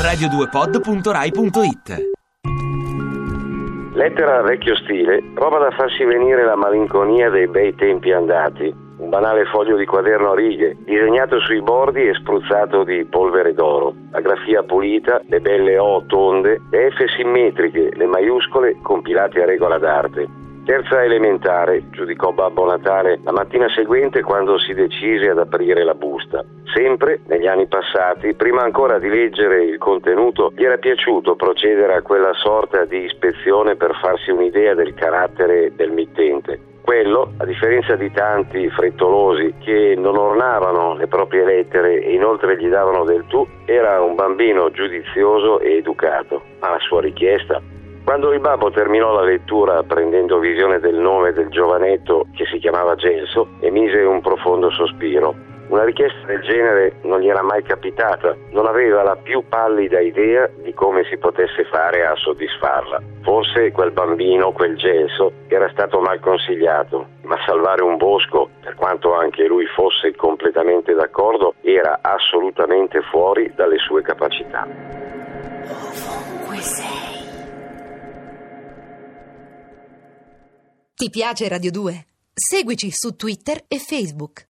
radio2pod.rai.it. Lettera vecchio stile, roba da farsi venire la malinconia dei bei tempi andati. Un banale foglio di quaderno a righe, disegnato sui bordi e spruzzato di polvere d'oro. La grafia pulita, le belle O tonde, le F simmetriche, le maiuscole compilate a regola d'arte. Terza elementare, giudicò Babbo Natale la mattina seguente quando si decise ad aprire la busta. Sempre, negli anni passati, prima ancora di leggere il contenuto, gli era piaciuto procedere a quella sorta di ispezione per farsi un'idea del carattere del mittente. Quello, a differenza di tanti frettolosi che non ornavano le proprie lettere e inoltre gli davano del tu, era un bambino giudizioso e educato. Ma la sua richiesta? Quando il babbo terminò la lettura, prendendo visione del nome del giovanetto che si chiamava Gelso, emise un profondo sospiro. Una richiesta del genere non gli era mai capitata, non aveva la più pallida idea di come si potesse fare a soddisfarla. Forse quel bambino, quel Gelso, era stato mal consigliato, ma salvare un bosco, per quanto anche lui fosse completamente d'accordo, era assolutamente fuori dalle sue capacità. Ovunque sei. Ti piace Radio 2? Seguici su Twitter e Facebook.